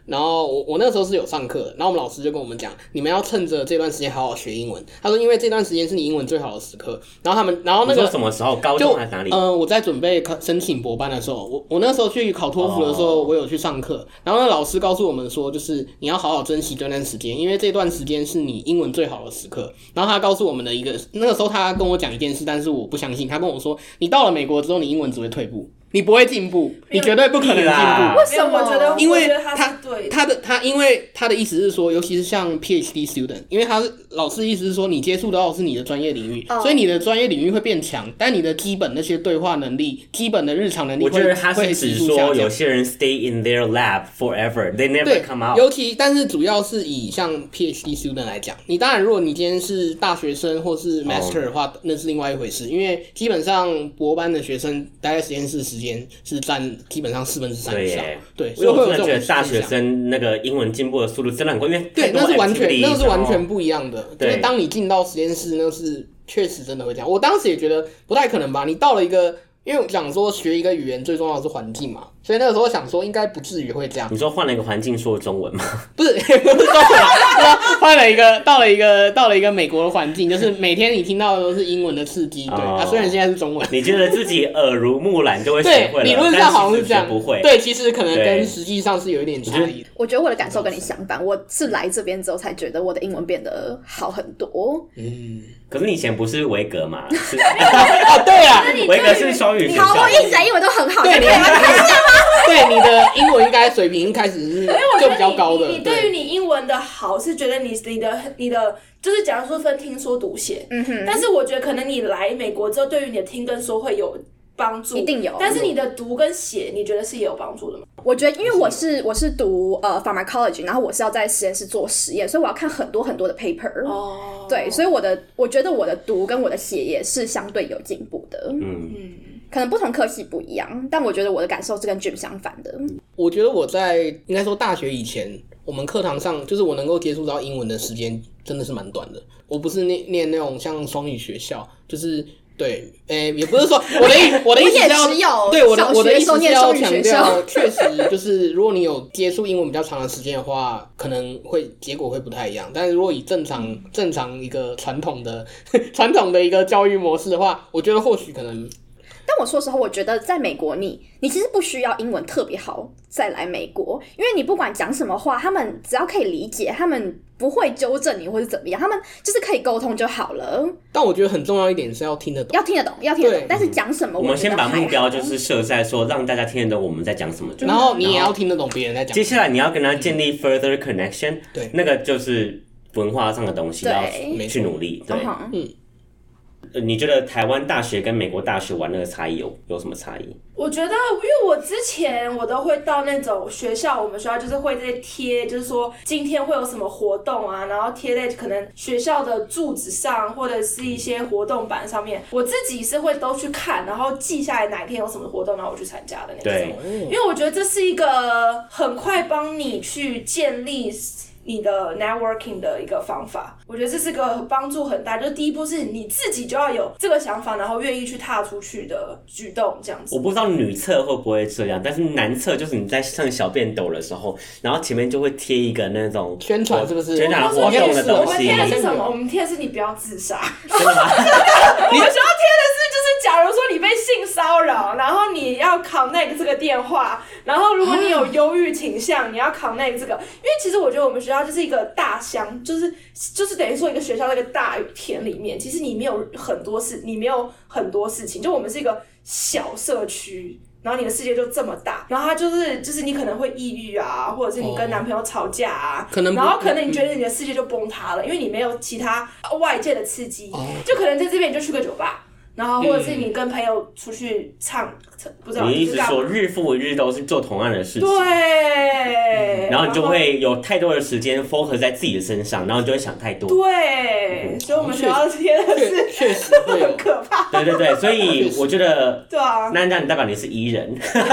然后我我那时候是有上课，然后我们老师就跟我们讲，你们要趁着这段时间好好学英文。他说，因为这段时间是你英文最好的时刻。然后他们，然后那个你说什么时候？高中还是哪里？ 嗯、呃，我在准备申请博班的时候，我我那时候去考托福的时候， oh. 我有去上课，然后那老师告诉我们说，就是你要好好珍惜这段时间，因为这段时间是你英文最好的时刻。然后他告诉我们的一个，那个时候他跟我讲一件事，但是我不相信。他跟我说，你到了美国之后，你英文只会退步。你不会进步，你绝对不可能进步。 为什么？我觉得， 因为他他的他，因为他的意思是说，尤其是像 PhD student， 因为他老师的意思是说，你接触到的是你的专业领域， oh. 所以你的专业领域会变强，但你的基本那些对话能力、基本的日常能力会， 我觉得他是指说，有些人 stay in their lab forever, they never come out。 尤其，但是主要是以像 PhD student 来讲，你当然，如果你今天是大学生或是 master 的话， oh. 那是另外一回事，因为基本上博班的学生待在实验室时间是占基本上四分之三以上，对，所以我真的觉得大学生那个英文进步的速度真的很快，因为对，那是完全那是完全不一样的。就是当你进到实验室，那是确实真的会这样。我当时也觉得不太可能吧，你到了一个，因为我想说学一个语言最重要的是环境嘛，所以那个时候想说应该不至于会这样。 你说换了一个环境说中文吗？ 不是，不是中文，换了一个到了一个到了一个美国的环境，就是每天你听到的都是英文的刺激。对，哦、啊，虽然现在是中文， 你觉得自己耳濡目染就会学会了， 对，理论上好像是这样， 不会。 对，其实可能跟实际上是有一点差异。 我觉得我的感受跟你相反，我是来这边之后才觉得我的英文变得好很多。 嗯。可是你以前不是维格吗？是哦，对啊， 维格是双语学校。 好，我一直在英文都很好， 对， 你看吗？ 对，你的英文应该水平一开始是就比较高的。 你你对于你英文的好是觉得你你的你的就是假如说分听说读写，嗯哼，但是我觉得可能你来美国之后，对于你的听跟说会有帮助， 一定有。 但是你的读跟写，你觉得是也有帮助的吗？ 我觉得，因为我是我是读呃 pharmacology， 然后我是要在实验室做实验，所以我要看很多很多的 paper。哦，对，所以我的我觉得我的读跟我的写也是相对有进步的。嗯嗯，可能不同科系不一样，但我觉得我的感受是跟 Jim 相反的。 我觉得我在应该说大学以前，我们课堂上就是我能够接触到英文的时间真的是蛮短的。我不是念念那种像双语学校，就是。对，诶、欸，也不是说我的意，我的意思是要，对我的我的意思是要强调，确实就是如果你有接触英文比较长的时间的话，可能会结果会不太一样。但是如果以正常正常一个传统的传统的一个教育模式的话，我觉得或许可能。 但我说实话，我觉得在美国你，你其实不需要英文特别好再来美国，因为你不管讲什么话，他们只要可以理解，他们不会纠正你或是怎么样，他们就是可以沟通就好了。 但我觉得很重要一点是要听得懂， 要听得懂，要听得懂。但是讲什么我， 我们先把目标就是设在说让大家听得懂我们在讲什么， 然后你也要听得懂别人在讲什么。 接下来你要跟他建立 further connection， 对，那个就是文化上的东西要去努力。对，嗯。你觉得台湾大学跟美国大学玩那个差异有有什么差异？ 我觉得，因为我之前我都会到那种学校，我们学校就是会在贴，就是说今天会有什么活动啊，然后贴在可能学校的柱子上，或者是一些活动板上面。我自己是会都去看，然后记下来哪一天有什么活动，然后我去参加的那种。因为我觉得这是一个很快帮你去建立你的 networking 的一个方法，我觉得这是个帮助很大。就是第一步是你自己就要有这个想法，然后愿意去踏出去的举动，这样子。 我不知道女厕会不会这样，但是男厕就是你在上小便斗的时候，然后前面就会贴一个那种宣传，是不是？ 宣传活动的东西。 我们贴的是什么？我们贴的是你不要自杀。真的吗？我们学校贴的是，就是假如说你被性骚扰，然后你要 connect 这个电话，然后如果你有忧郁倾向，你要 connect 这个，因为其实我觉得我们学校就是一个大乡，就是就是等于说一个学校那个大雨田里面，其实你没有很多事，你没有很多事情，就我们是一个小社区，然后你的世界就这么大，然后它就是就是你可能会抑郁啊，或者是你跟男朋友吵架啊，可能然后可能你觉得你的世界就崩塌了，因为你没有其他外界的刺激，就可能在这边你就去个酒吧。然后或者是你跟朋友出去唱，嗯、不知道你意思说日复一日都是做同样的事情， 对、 嗯，然后你就会有太多的时间 focus 在自己的身上，然后你就会想太多。 对，嗯、所以我们学校贴的是确实会很可怕。 对对对，所以我觉得， 对啊， 那那你代表你是 E 人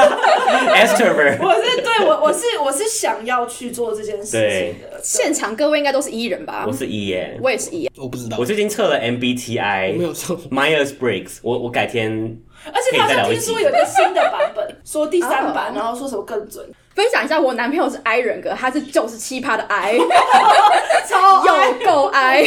，extrovert。 我是对我我是我是想要去做这件事情的。 现场各位应该都是 E 人吧？ 我是 E 耶， 我也是 E， 我不知道。 我最近测了 M B T I， 没有测 Myers-Briggs， 我我改天而且好像听说有个新的版本，说第三版，然后说什么更准。 分享一下，我男朋友是 I 人格，他是九十七趴的 I， 超有够 I。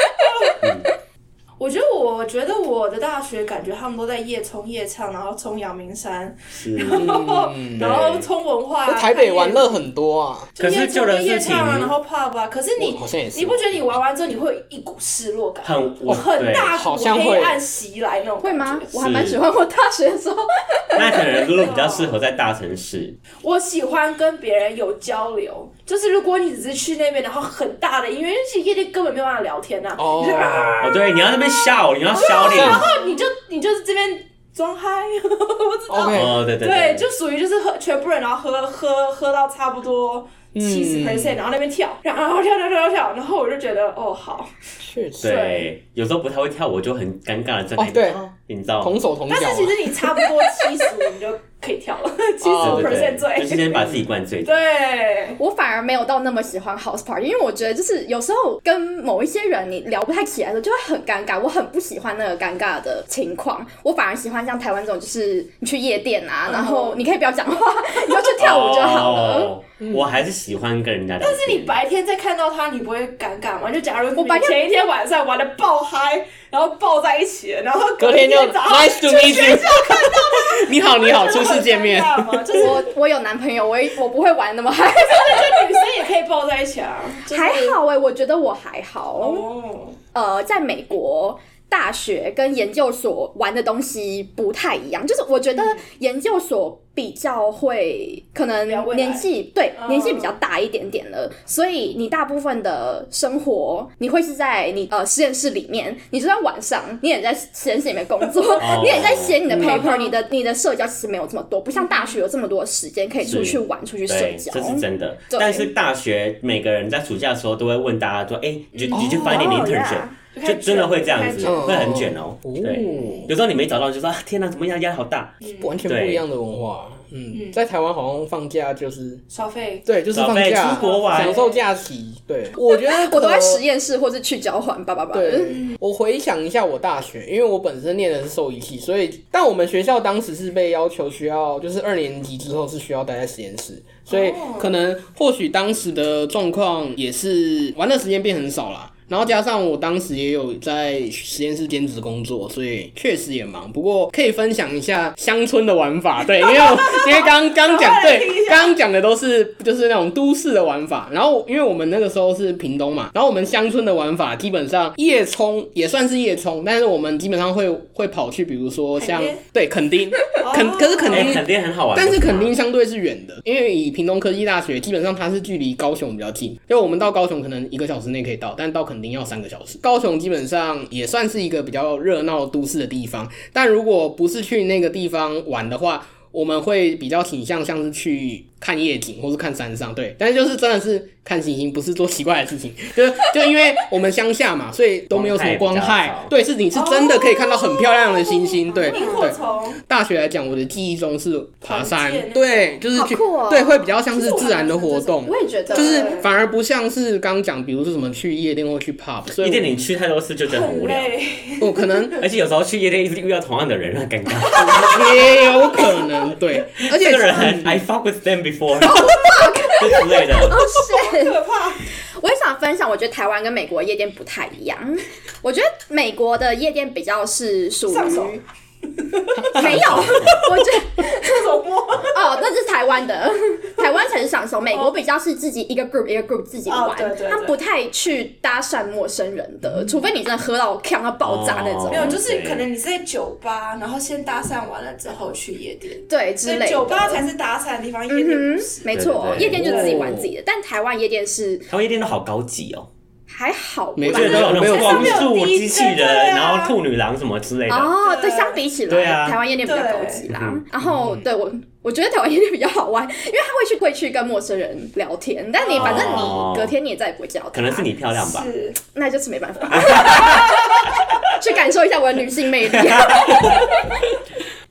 我觉得，我觉得我的大学感觉他们都在夜冲夜唱，然后冲阳明山，然后、嗯、然后冲文化、啊。 台北玩乐很多啊， 可是旧的事情， 啊、然后 pub 啊，可是你你不觉得你玩完之后你会有一股失落感， 很很大股黑暗袭来那种会吗？我还蛮喜欢我大学的时候。 那可能露露比较适合在大城市。 我喜欢跟别人有交流，就是如果你只是去那边，然后很大的音乐，因为其实夜店根本没有办法聊天呐、啊。 哦，哦对，你要那边笑，你要笑脸， 然后你就你就是这边装嗨，我不知道。 Okay. 哦，对对对，对就属于就是喝全部人，然后喝喝喝到差不多七十 percent，然后那边跳，然后跳跳跳跳，然后我就觉得哦好， 确实， 对，有时候不太会跳，我就很尴尬的站在那边，哦、你知道， 同手同脚。 但是其实你差不多七十，你就可以跳了，七十 percent 醉， 就是先把自己灌醉。 对， 我反而没有到那么喜欢 house party， 因为我觉得就是有时候跟某一些人你聊不太起来的时候，就会很尴尬。我很不喜欢那个尴尬的情况，我反而喜欢像台湾这种，就是你去夜店啊，然后你可以不要讲话，你就去跳舞就好了。 哦嗯、我还是喜欢跟人家聊天。 但是你白天再看到他，你不会尴尬吗？就假如我白天前一天晚上玩的爆嗨，然后抱在一起，然后隔天就 nice to meet you， 看到他， 你好你好，初次见面。 就是我我有男朋友，我我不会玩那么嗨。 就女生也可以抱在一起啊，就是、 还好哎、欸，我觉得我还好。 哦， 呃，在美国。大学跟研究所玩的东西不太一样，就是我觉得研究所比较会可能年纪对、嗯、年纪比较大一点点了，所以你大部分的生活你会是在你呃实验室里面，你就算晚上你也在实验室里面工作，哦、你也在写你的 paper，、嗯、你的你的社交其实没有这么多，不像大学有这么多时间可以出去玩、出去社交。 这是真的。但是大学每个人在暑假的时候都会问大家说：“哎、欸，你就你去 find an internship。”就真的会这样子，会很卷哦。对，有时候你没找到，就说啊，天哪，怎么样，压力好大， 完全不一样的文化。嗯，在台湾好像放假就是消费， 对，就是放假， 出国玩， 享受假期。对，我觉得我都在实验室或是去交换，叭叭叭。 对，我回想一下我大学，因为我本身念的是兽医系，所以但我们学校当时是被要求需要，就是二年级之后是需要待在实验室，所以可能或许当时的状况也是玩的时间变很少啦。然后加上我当时也有在实验室兼职工作，所以确实也忙。不过可以分享一下乡村的玩法，对，因为我因为刚刚讲对，刚刚讲的都是就是那种都市的玩法。然后因为我们那个时候是屏东嘛，然后我们乡村的玩法基本上夜冲也算是夜冲，但是我们基本上会会跑去，比如说像对垦丁，垦可是垦丁垦丁很好玩， 但是垦丁相对是远的，因为以屏东科技大学基本上它是距离高雄比较近，就我们到高雄可能一个小时内可以到，但到垦肯定要三个小时。高雄基本上也算是一个比较热闹都市的地方，但如果不是去那个地方玩的话，我们会比较倾向像是去看夜景或是看山上，对，但是就是真的是看星星，不是做奇怪的事情，就就因为我们乡下嘛，所以都没有什么光害，对，是你是真的可以看到很漂亮的星星，对对。大学来讲，我的记忆中是爬山，对，就是去， 哦、 对，会比较像是自然的活动， 我也觉得， 就是反而不像是刚讲，比如说什么去夜店或去 pub， 所以夜店你去太多次就觉得很无聊， 哦，可能， 而且有时候去夜店一直遇到同样的人，很尴尬， 也有可能，对，而且这个人 I fuck with them before。之类的， 哦是， 可怕。 我也想分享，我觉得台湾跟美国夜店不太一样。我觉得美国的夜店比较是属于。没有，我觉得这种摸哦，那是台湾的，台湾才是上手。美国比较是自己一个 group 一个 group 自己玩，哦、对对对，他不太去搭讪陌生人的，嗯、除非你真的喝到呛到爆炸那种。 没有，就是可能你是在酒吧，然后先搭讪完了之后去夜店， 对之类的。 酒吧才是搭讪的地方，夜店不是。 嗯、没错，夜店就自己玩自己的，但台湾夜店是， 台湾夜店都好高级哦。 还好， 每个都有那种光速机器人，然后兔女郎什么之类的。 哦，对，相比起来， 对啊、 台湾夜店比较高级啦。然后，对我，我觉得台湾夜店比较好玩，因为他会去会去跟陌生人聊天，但你反正你隔天你也再也不会见到他。 可能是你漂亮吧？ 是， 那就是没办法。去感受一下我的女性魅力。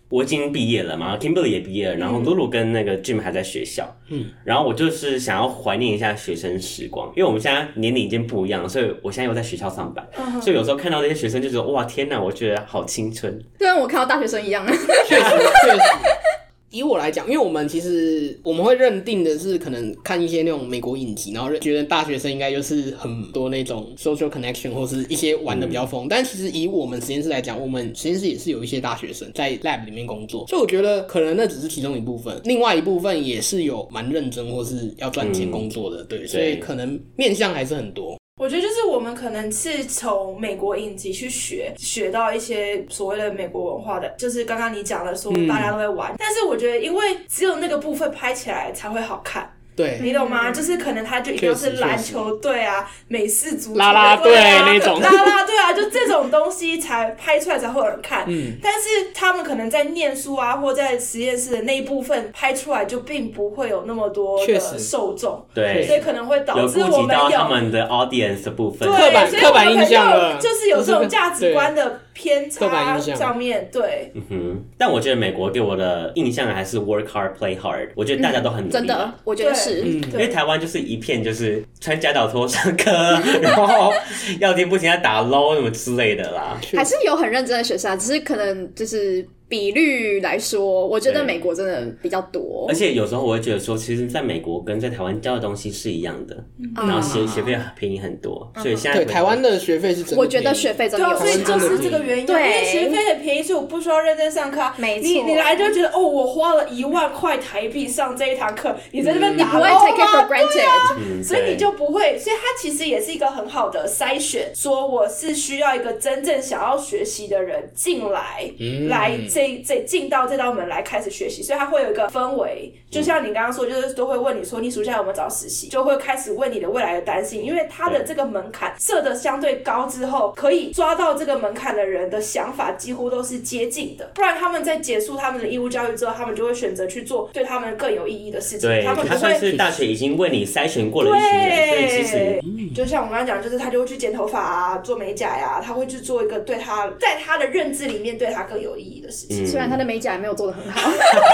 我已经毕业了嘛 ，Kimberly 也毕业了，然后露露跟那个 Jim 还在学校，嗯，然后我就是想要怀念一下学生时光，因为我们现在年龄已经不一样了，所以我现在又在学校上班，嗯、所以有时候看到那些学生就觉得哇天哪，我觉得好青春。 对啊，我看到大学生一样。 确实确实。以我来讲，因为我们其实我们会认定的是，可能看一些那种美国影集，然后觉得大学生应该就是很多那种 social connection 或是一些玩的比较疯。嗯、但其实以我们实验室来讲，我们实验室也是有一些大学生在 lab 里面工作，所以我觉得可能那只是其中一部分，另外一部分也是有蛮认真或是要赚钱工作的，嗯、对，所以可能面向还是很多。 我觉得就是我们可能是从美国影集去学学到一些所谓的美国文化的，就是刚刚你讲的说大家都会玩，嗯、但是我觉得因为只有那个部分拍起来才会好看。 对， 你懂吗？就是可能他就一定要是篮球队啊、美式足球啦啦队那种， 啦啦队啊，就这种东西才拍出来才会有人看。嗯，但是他们可能在念书啊，或在实验室的那一部分拍出来，就并不会有那么多的受众。 对， 所以可能会导致我们有有顾及到他们的 audience 的部分， 刻板刻板印象了， 就是有这种价值观的偏差上面对。 嗯哼，但我觉得美国给我的印象还是 work hard play hard， 我觉得大家都很努力、嗯、 真的，我觉得是。 嗯，因为台湾就是一片就是穿夹脚拖上课，然后要听不停在打 low 什么之类的啦。 还是有很认真的学生，只是可能就是比率来说，我觉得美国真的比较多。 而且有时候我会觉得说，其实在美国跟在台湾教的东西是一样的，嗯、然后学学费便宜很多，嗯、所以现在对台湾的学费是真的便宜， 我觉得学费真的有， 所以就是这个原因， 对， 因为学费很便宜，所以我不需要认真上课。 没错， 你你来就觉得哦，我花了一万块台币上这一堂课，你在这边打、嗯、 你不会 take it for granted，、 啊嗯、所以你就不会，所以它其实也是一个很好的筛选，说我是需要一个真正想要学习的人进来，嗯、来这这进到。到这道门来开始学习，所以它会有一个氛围，就像你刚刚说，就是都会问你说你暑假有没有找实习，就会开始问你的未来的担心，因为它的这个门槛设得相对高之后，可以抓到这个门槛的人的想法几乎都是接近的，不然他们在结束他们的义务教育之后，他们就会选择去做对他们更有意义的事情。 对， 他们不会， 他算是大学已经为你筛选过了一群人，所以其实、 嗯、就像我刚刚讲，就是他就会去剪头发啊，做美甲呀、啊，他会去做一个对他在他的认知里面对他更有意义的事情。 嗯、虽然他的美甲也没有做得很好。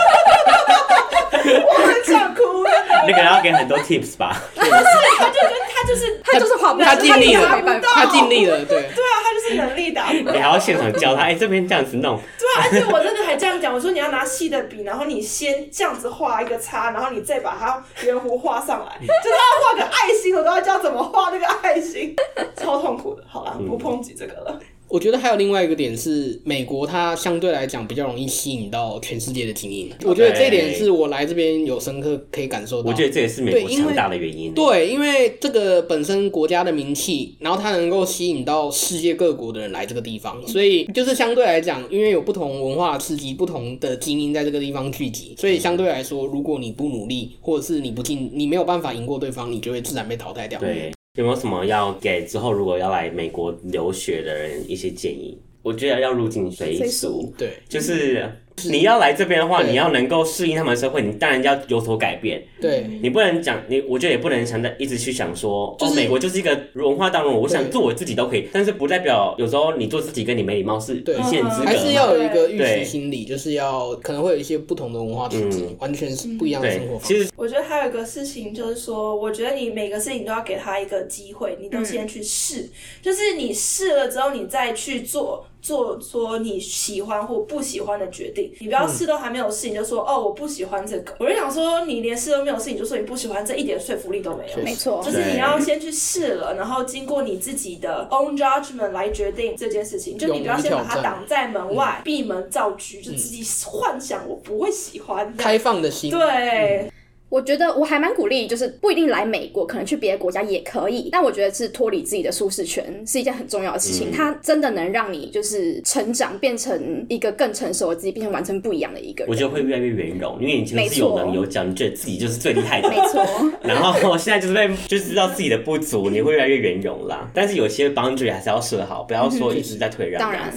我很想哭。 那个要给很多 tips 吧。 不是，他就跟他就是他就是画不他尽力了，他尽力了，对。 对啊，他就是能力达不到。 你还要现场教他，哎、欸，这边这样子弄。 对啊，而且我真的还这样讲，我说你要拿细的笔，然后你先这样子画一个叉，然后你再把它圆弧画上来，就他要画个爱心，我都要教怎么画那个爱心，超痛苦的。好啦，不抨击这个了。 我觉得还有另外一个点是，美国它相对来讲比较容易吸引到全世界的精英。我觉得这一点是我来这边有深刻可以感受到。 我觉得这也是美国强大的原因。 对，因为这个本身国家的名气，然后它能够吸引到世界各国的人来这个地方，所以就是相对来讲，因为有不同文化的刺激，不同的精英在这个地方聚集，所以相对来说，如果你不努力，或者是你不进，你没有办法赢过对方，你就会自然被淘汰掉。 对。有没有什么要给之后如果要来美国留学的人一些建议？我觉得要入境随俗， 对， 就是你要来这边的话，你要能够适应他们的社会，你当然要有所改变。 对， 你不能讲你，我觉得也不能想一直去想说，就是、哦，美国就是一个文化当中，我想做我自己都可以，但是不代表有时候你做自己跟你没礼貌是一线之隔， 还是要有一个预期心理，就是要可能会有一些不同的文化体制，嗯、完全是不一样的生活方式。 其实我觉得还有一个事情就是说，我觉得你每个事情都要给他一个机会，你都先去试，嗯、就是你试了之后，你再去做。做说你喜欢或不喜欢的决定，你不要试都还没有试你就说哦我不喜欢这个。我就想说你连试都没有试你就说你不喜欢，这一点说服力都没有。 没错， 就是你要先去试了，然后经过你自己的 own judgment 来决定这件事情。就你不要先把它挡在门外，闭门造车，就自己幻想我不会喜欢。 开放的心。 对。嗯我觉得我还蛮鼓励，就是不一定来美国，可能去别的国家也可以。但我觉得是脱离自己的舒适圈是一件很重要的事情，嗯、它真的能让你就是成长，变成一个更成熟的自己，变成完全不一样的一个人。 我觉得会越来越圆融，因为以前是有棱有角，你觉得自己就是最厉害的， 没错。 然后现在就是被就知道自己的不足，你会越来越圆融啦。但是有些 boundary 还是要设好，不要说一直在退让。 当然，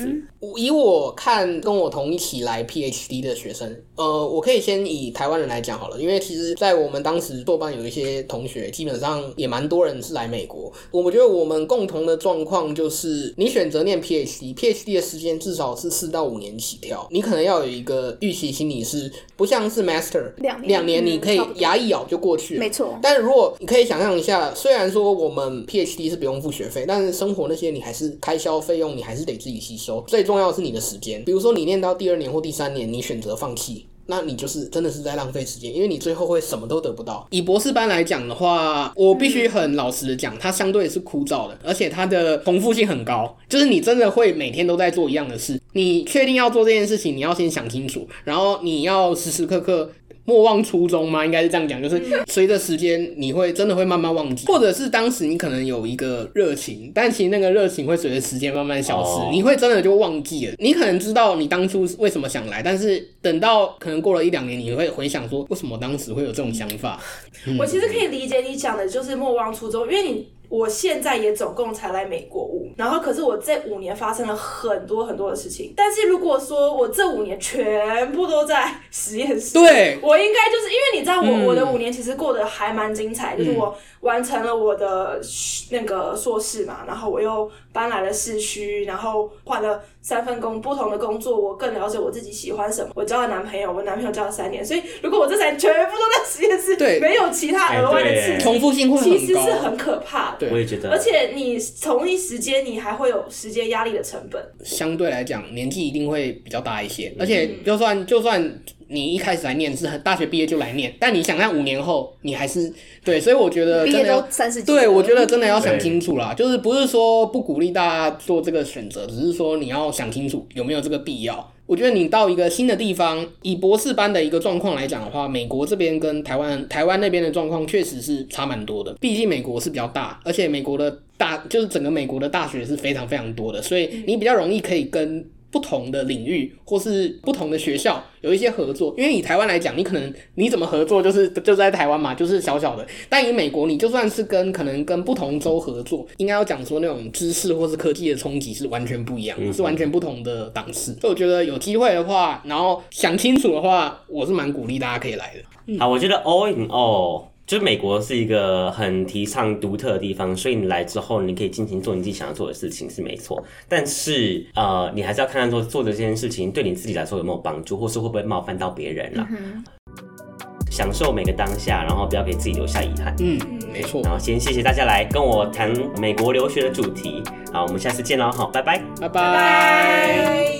以我看跟我同一起来 P H D 的学生，呃，我可以先以台湾人来讲好了，因为其实在我们当时硕班有一些同学，基本上也蛮多人是来美国。我觉得我们共同的状况就是，你选择念 P H D，P H D 的时间至少是四到五年起跳，你可能要有一个预期心理是，不像是 Master 两年， 两年你可以嗯牙一咬就过去了， 没错。 但如果你可以想象一下，虽然说我们 P H D 是不用付学费，但是生活那些你还是开销费用，你还是得自己吸收。最重要的是你的时间，比如说你念到第二年或第三年，你选择放弃，那你就是真的是在浪费时间，因为你最后会什么都得不到。以博士班来讲的话，我必须很老实的讲，它相对是枯燥的，而且它的重复性很高，就是你真的会每天都在做一样的事。你确定要做这件事情，你要先想清楚，然后你要时时刻刻莫忘初衷吗？应该是这样讲，就是随着时间你会真的会慢慢忘记，或者是当时你可能有一个热情，但其实那个热情会随着时间慢慢消失， oh. 你会真的就忘记了。你可能知道你当初为什么想来，但是等到可能过了一两年，你会回想说为什么当时会有这种想法。 嗯、我其实可以理解你讲的就是莫忘初衷，因为你。我现在也总共才来美国五，然后可是我这五年发生了很多很多的事情。但是如果说我这五年全部都在实验室， 对， 我应该就是因为你知道我、嗯、我的五年其实过得还蛮精彩，就是我完成了我的那个硕士嘛，然后我又搬来了市区，然后换了三份工不同的工作，我更了解我自己喜欢什么。我交了男朋友，我男朋友交了三年，所以如果我这三年全部都在实验室，对，没有其他额外的刺激， 重复性会很高， 其实是很可怕的。 对，我也觉得。 而且你同一时间，你还会有时间压力的成本。 相对来讲，年纪一定会比较大一些，而且就算、嗯、就算你一开始来念是大学毕业就来念，但你想看五年后，你还是对，所以我觉得真的要三十几， 对，我觉得真的要想清楚啦。就是不是说不鼓励大家做这个选择，只是说你要想清楚有没有这个必要。我觉得你到一个新的地方，以博士班的一个状况来讲的话，美国这边跟台湾台湾那边的状况确实是差蛮多的。毕竟美国是比较大，而且美国的大就是整个美国的大学是非常非常多的，所以你比较容易可以跟不同的领域或是不同的学校有一些合作。因为以台湾来讲，你可能你怎么合作就是就在台湾嘛，就是小小的。但以美国，你就算是跟可能跟不同州合作，应该要讲说那种知识或是科技的冲击是完全不一样的，是完全不同的档次。所以我觉得有机会的话，然后想清楚的话，我是蛮鼓励大家可以来的。 嗯、好，我觉得 all in all。就是美国是一个很提倡独特的地方，所以你来之后，你可以尽情做你自己想要做的事情是没错。但是呃，你还是要看看说做的这件事情对你自己来说有没有帮助，或是会不会冒犯到别人啦。嗯、享受每个当下，然后不要给自己留下遗憾。 嗯，没错。 然后先谢谢大家来跟我谈美国留学的主题。好，我们下次见喽，好，拜拜， 拜拜。